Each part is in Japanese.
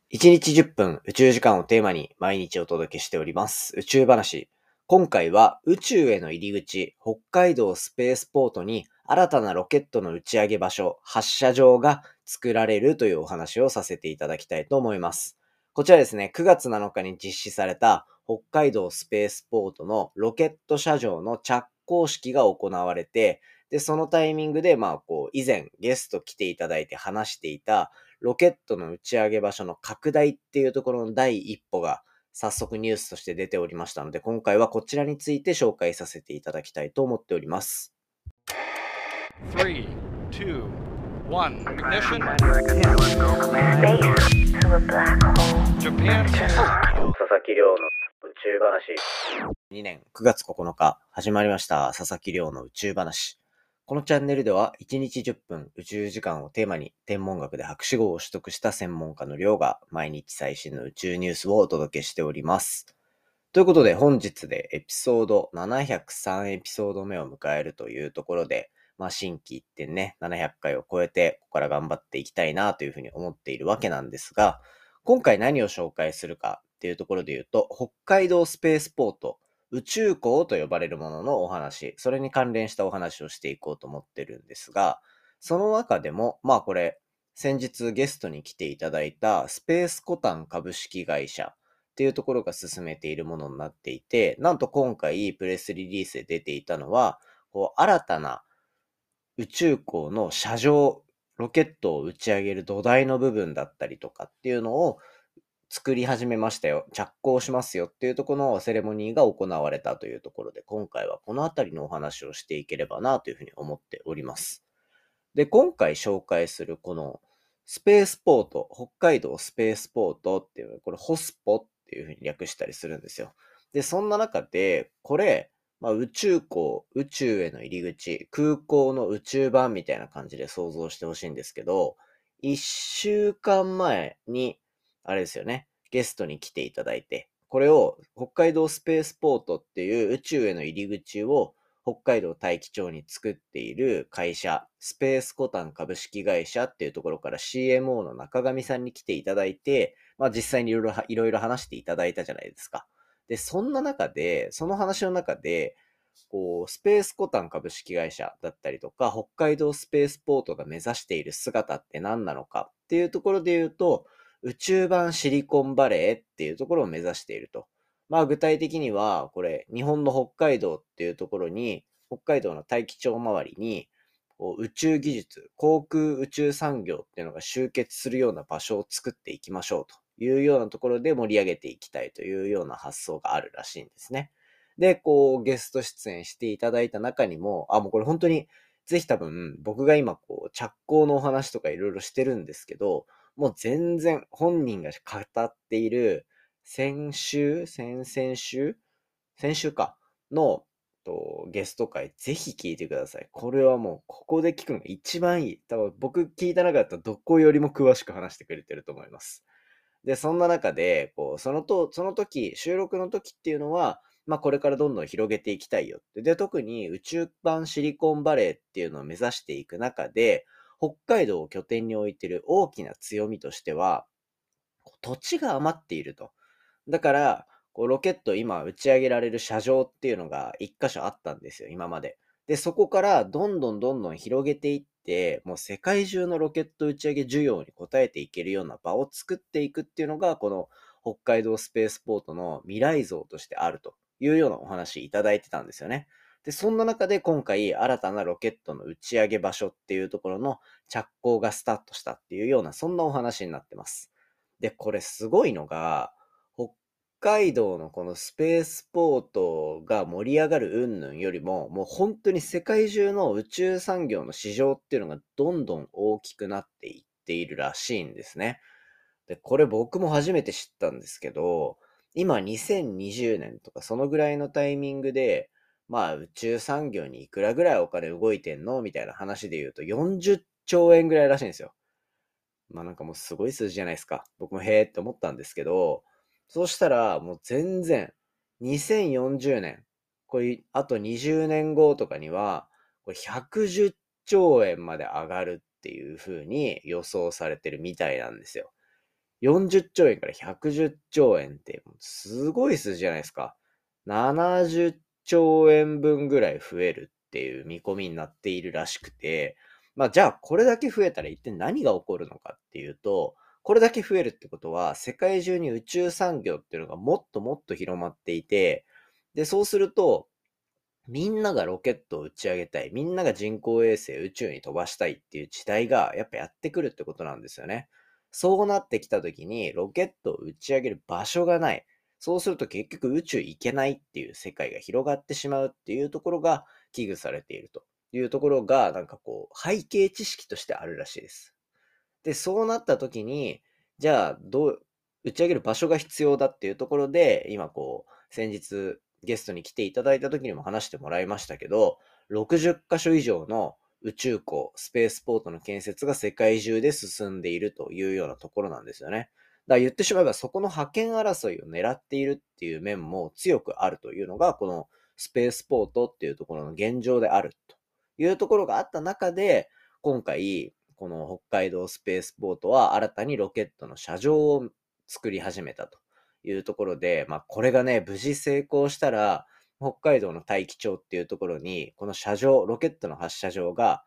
1日10分宇宙時間をテーマに毎日お届けしております宇宙話。今回は宇宙への入り口、北海道スペースポートに新たなロケットの打ち上げ場所、発射場が作られるというお話をさせていただきたいと思います。こちらですね、9月7日に実施された北海道スペースポートのロケット射場の着工式が行われて、で、そのタイミングで、以前ゲスト来ていただいて話していたロケットの打ち上げ場所の拡大っていうところの第一歩が早速ニュースとして出ておりましたので、今回はこちらについて紹介させていただきたいと思っております。 3, 2, 1, ignition. Japan. 佐々木亮の宇宙話。2年9月9日始まりました佐々木亮の宇宙話。このチャンネルでは1日10分宇宙時間をテーマに天文学で博士号を取得した専門家の亮が毎日最新の宇宙ニュースをお届けしております。ということで本日でエピソード703エピソード目を迎えるというところで、新規一点ね、700回を超えてここから頑張っていきたいなというふうに思っているわけなんですが、今回何を紹介するかっていうところで言うと、北海道スペースポート、宇宙港と呼ばれるもののお話、それに関連したお話をしていこうと思ってるんですが、その中でも、これ、先日ゲストに来ていただいたスペースコタン株式会社っていうところが進めているものになっていて、なんと今回プレスリリースで出ていたのは、新たな宇宙港の射場、ロケットを打ち上げる土台の部分だったりとかっていうのを作り始めましたよ、着工しますよっていうところのセレモニーが行われたというところで、今回はこのあたりのお話をしていければなというふうに思っております。で、今回紹介するこのスペースポート、北海道スペースポートっていう、これホスポっていうふうに略したりするんですよ。で、そんな中で、これ、宇宙港、宇宙への入り口、空港の宇宙版みたいな感じで想像してほしいんですけど、1週間前に、あれですよね、ゲストに来ていただいて、これを北海道スペースポートっていう宇宙への入り口を北海道大気町に作っている会社、スペースコタン株式会社っていうところから CMO の中上さんに来ていただいて、実際にいろいろ話していただいたじゃないですか。で、そんな中で、その話の中で、スペースコタン株式会社だったりとか、北海道スペースポートが目指している姿って何なのかっていうところで言うと、宇宙版シリコンバレーっていうところを目指していると。具体的には、これ、日本の北海道っていうところに、北海道の大気町周りに、宇宙技術、航空宇宙産業っていうのが集結するような場所を作っていきましょうというようなところで盛り上げていきたいというような発想があるらしいんですね。で、ゲスト出演していただいた中にも、もうこれ本当に、ぜひ多分、僕が今着工のお話とかいろいろしてるんですけど、もう全然本人が語っている先週先週かのゲスト会ぜひ聞いてください。これはもうここで聞くのが一番いい。多分僕聞いた中だったらどこよりも詳しく話してくれてると思います。で、そんな中で、その時、収録の時っていうのは、これからどんどん広げていきたいよって。で、特に宇宙版シリコンバレーっていうのを目指していく中で、北海道を拠点に置いてる大きな強みとしては、土地が余っていると。だから、ロケット今打ち上げられる射場っていうのが一箇所あったんですよ、今まで。で、そこからどんどん広げていって、もう世界中のロケット打ち上げ需要に応えていけるような場を作っていくっていうのが、この北海道スペースポートの未来像としてあるというようなお話いただいてたんですよね。で、そんな中で今回新たなロケットの打ち上げ場所っていうところの着工がスタートしたっていうような、そんなお話になってます。で、これすごいのが、北海道のこのスペースポートが盛り上がる云々よりも、もう本当に世界中の宇宙産業の市場っていうのがどんどん大きくなっていっているらしいんですね。で、これ僕も初めて知ったんですけど、今2020年とかそのぐらいのタイミングで、宇宙産業にいくらぐらいお金動いてんのみたいな話で言うと40兆円ぐらいらしいんですよ。なんかもうすごい数字じゃないですか。僕もへーって思ったんですけど、そうしたらもう全然、2040年、これ、あと20年後とかには、これ110兆円まで上がるっていう風に予想されてるみたいなんですよ。 40兆円から110兆円ってすごい数字じゃないですか。70兆円分ぐらい増えるっていう見込みになっているらしくて、まあじゃあこれだけ増えたら一体何が起こるのかっていうと、これだけ増えるってことは世界中に宇宙産業っていうのがもっともっと広まっていて、で、そうすると、みんながロケットを打ち上げたい。みんなが人工衛星宇宙に飛ばしたいっていう時代がやっぱやってくるってことなんですよね。そうなってきた時にロケットを打ち上げる場所がない。そうすると結局宇宙行けないっていう世界が広がってしまうっていうところが危惧されているというところがなんかこう背景知識としてあるらしいです。で、そうなった時に、じゃあ、打ち上げる場所が必要だっていうところで、今こう、先日ゲストに来ていただいた時にも話してもらいましたけど、60カ所以上の宇宙港、スペースポートの建設が世界中で進んでいるというようなところなんですよね。だから言ってしまえばそこの覇権争いを狙っているっていう面も強くあるというのが、このスペースポートっていうところの現状であるというところがあった中で、今回、この北海道スペースポートは新たにロケットの射場を作り始めたというところで、まあこれがね、無事成功したら、北海道の大樹町っていうところに、この射場、ロケットの発射場が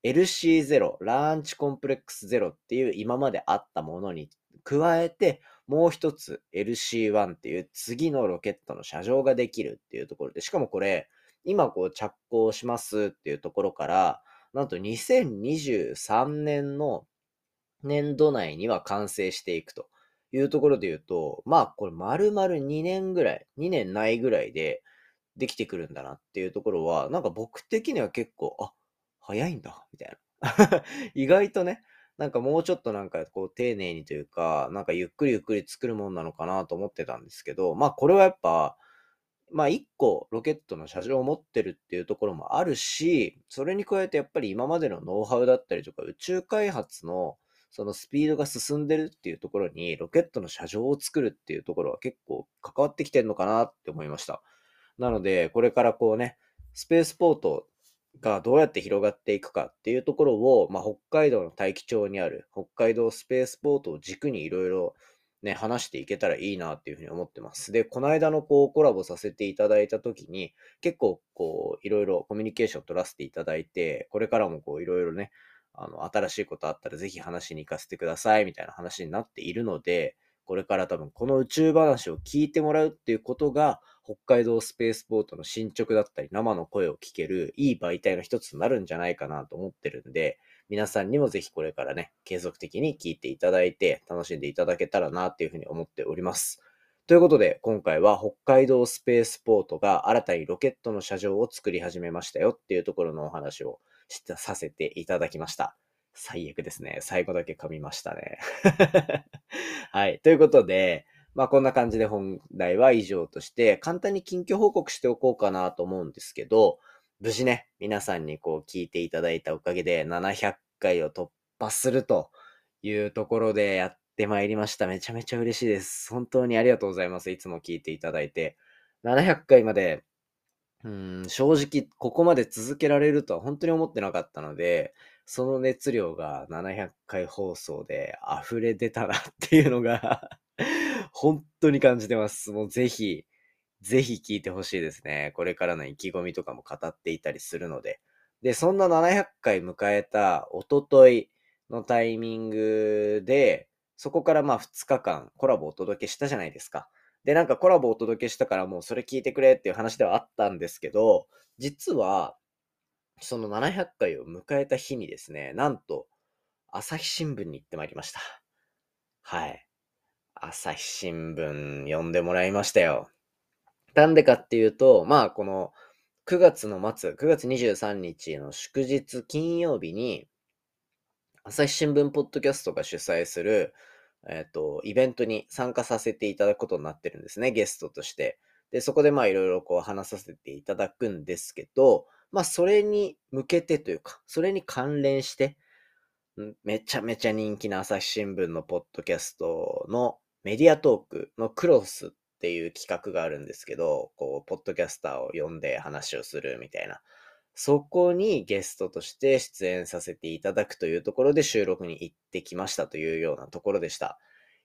LC0、ランチコンプレックス0っていう今まであったものに加えて、もう一つ LC1 っていう次のロケットの射場ができるっていうところで、しかもこれ、今こう着工しますっていうところから、なんと2023年の年度内には完成していくというところで言うと、まあこれ丸々2年ぐらい、2年ないぐらいでできてくるんだなっていうところは、なんか僕的には結構、あ、早いんだ、みたいな。意外とね、なんかもうちょっとなんかこう丁寧にというか、なんかゆっくりゆっくり作るもんなのかなと思ってたんですけど、まあこれはやっぱ、まあ一個ロケットの射場を持ってるっていうところもあるし、それに加えてやっぱり今までのノウハウだったりとか宇宙開発のそのスピードが進んでるっていうところにロケットの射場を作るっていうところは結構関わってきてるのかなって思いました。なので、これからこうね、スペースポートがどうやって広がっていくかっていうところを、まあ、北海道の大樹町にある北海道スペースポートを軸にいろいろね、話していけたらいいなっていうふうに思ってます。で、この間のこうコラボさせていただいたときに、結構こういろいろコミュニケーション取らせていただいて、これからもこういろいろね、新しいことあったらぜひ話しに行かせてくださいみたいな話になっているので、これから多分この宇宙話を聞いてもらうっていうことが、北海道スペースポートの進捗だったり、生の声を聞けるいい媒体の一つになるんじゃないかなと思ってるんで、皆さんにもぜひこれからね、継続的に聞いていただいて、楽しんでいただけたらなっていうふうに思っております。ということで、今回は北海道スペースポートが新たにロケットの射場を作り始めましたよっていうところのお話をさせていただきました。最悪ですね。最後だけ噛みましたね。はい。ということで、まあこんな感じで本題は以上として、簡単に近況報告しておこうかなと思うんですけど、無事ね、皆さんにこう聞いていただいたおかげで700回を突破するというところでやってまいりました。めちゃめちゃ嬉しいです。本当にありがとうございます。いつも聞いていただいて。700回まで正直、ここまで続けられるとは本当に思ってなかったので、その熱量が700回放送で溢れ出たなっていうのが本当に感じてます。もうぜひ、ぜひ聞いてほしいですね。これからの意気込みとかも語っていたりするので。で、そんな700回迎えた一昨日のタイミングで、そこからまあ2日間コラボをお届けしたじゃないですか。で、なんかコラボをお届けしたからもうそれ聞いてくれっていう話ではあったんですけど、実は、その700回を迎えた日にですね、なんと、朝日新聞に行ってまいりました。はい。朝日新聞読んでもらいましたよ。なんでかっていうと、まあ、この9月の末、9月23日の祝日金曜日に、朝日新聞ポッドキャストが主催する、イベントに参加させていただくことになってるんですね、ゲストとして。で、そこでまあいろいろこう話させていただくんですけど、まあそれに向けてというか、それに関連して、めちゃめちゃ人気な朝日新聞のポッドキャストのメディアトークのクロスっていう企画があるんですけど、こう、ポッドキャスターを呼んで話をするみたいな。そこにゲストとして出演させていただくというところで収録に行ってきましたというようなところでした。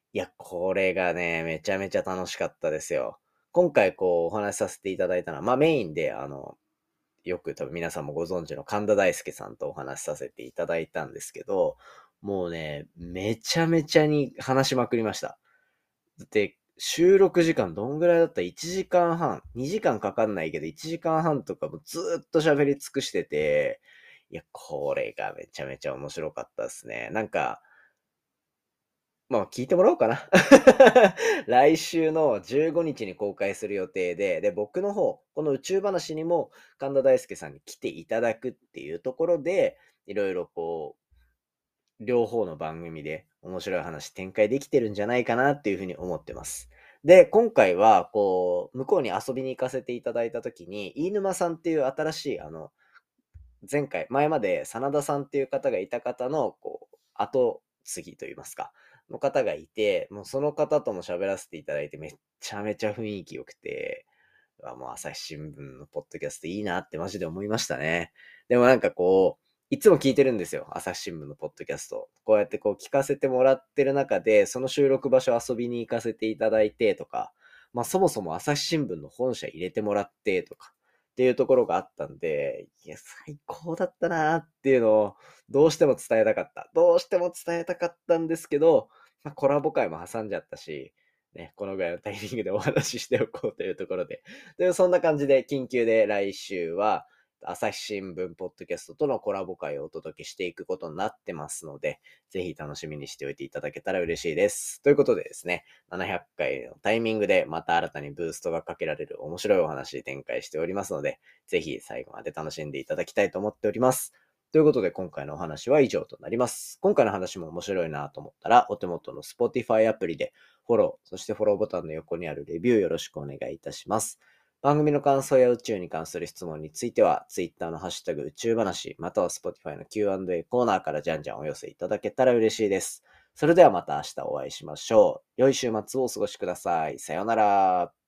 いや、これがね、めちゃめちゃ楽しかったですよ。今回お話しさせていただいたのは、メインでよく多分皆さんもご存知の神田大輔さんとお話しさせていただいたんですけど、もうね、めちゃめちゃに話しまくりました。で、収録時間どんぐらいだった？ 1 時間半、2時間かかんないけど、1時間半とかもずーっと喋り尽くしてて、いや、これがめちゃめちゃ面白かったですね。なんか、聞いてもらおうかな。来週の15日に公開する予定で、僕の方、この宇宙話にも神田大輔さんに来ていただくっていうところで、いろいろ両方の番組で面白い話展開できてるんじゃないかなっていうふうに思ってます。で、今回は、向こうに遊びに行かせていただいたときに、飯沼さんっていう新しい、前まで真田さんっていう方がいた方の、後継ぎといいますか、の方がいて、もうその方とも喋らせていただいて、めっちゃめちゃ雰囲気良くて、もう朝日新聞のポッドキャストいいなってマジで思いましたね。でもなんかいつも聞いてるんですよ。朝日新聞のポッドキャスト。こうやって聞かせてもらってる中で、その収録場所遊びに行かせていただいてとか、そもそも朝日新聞の本社入れてもらってとか、っていうところがあったんで、いや、最高だったなーっていうのを、どうしても伝えたかった。どうしても伝えたかったんですけど、コラボ会も挟んじゃったし、ね、このぐらいのタイミングでお話ししておこうというところで。で、そんな感じで、緊急で来週は、朝日新聞ポッドキャストとのコラボ会をお届けしていくことになってますので、ぜひ楽しみにしておいていただけたら嬉しいです。ということでですね、700回のタイミングでまた新たにブーストがかけられる面白いお話展開しておりますので、ぜひ最後まで楽しんでいただきたいと思っております。ということで今回のお話は以上となります。今回の話も面白いなと思ったら、お手元の Spotify アプリでフォロー、そしてフォローボタンの横にあるレビューよろしくお願いいたします。番組の感想や宇宙に関する質問については、Twitter のハッシュタグ宇宙話、または Spotify の Q&A コーナーからじゃんじゃんお寄せいただけたら嬉しいです。それではまた明日お会いしましょう。良い週末をお過ごしください。さようなら。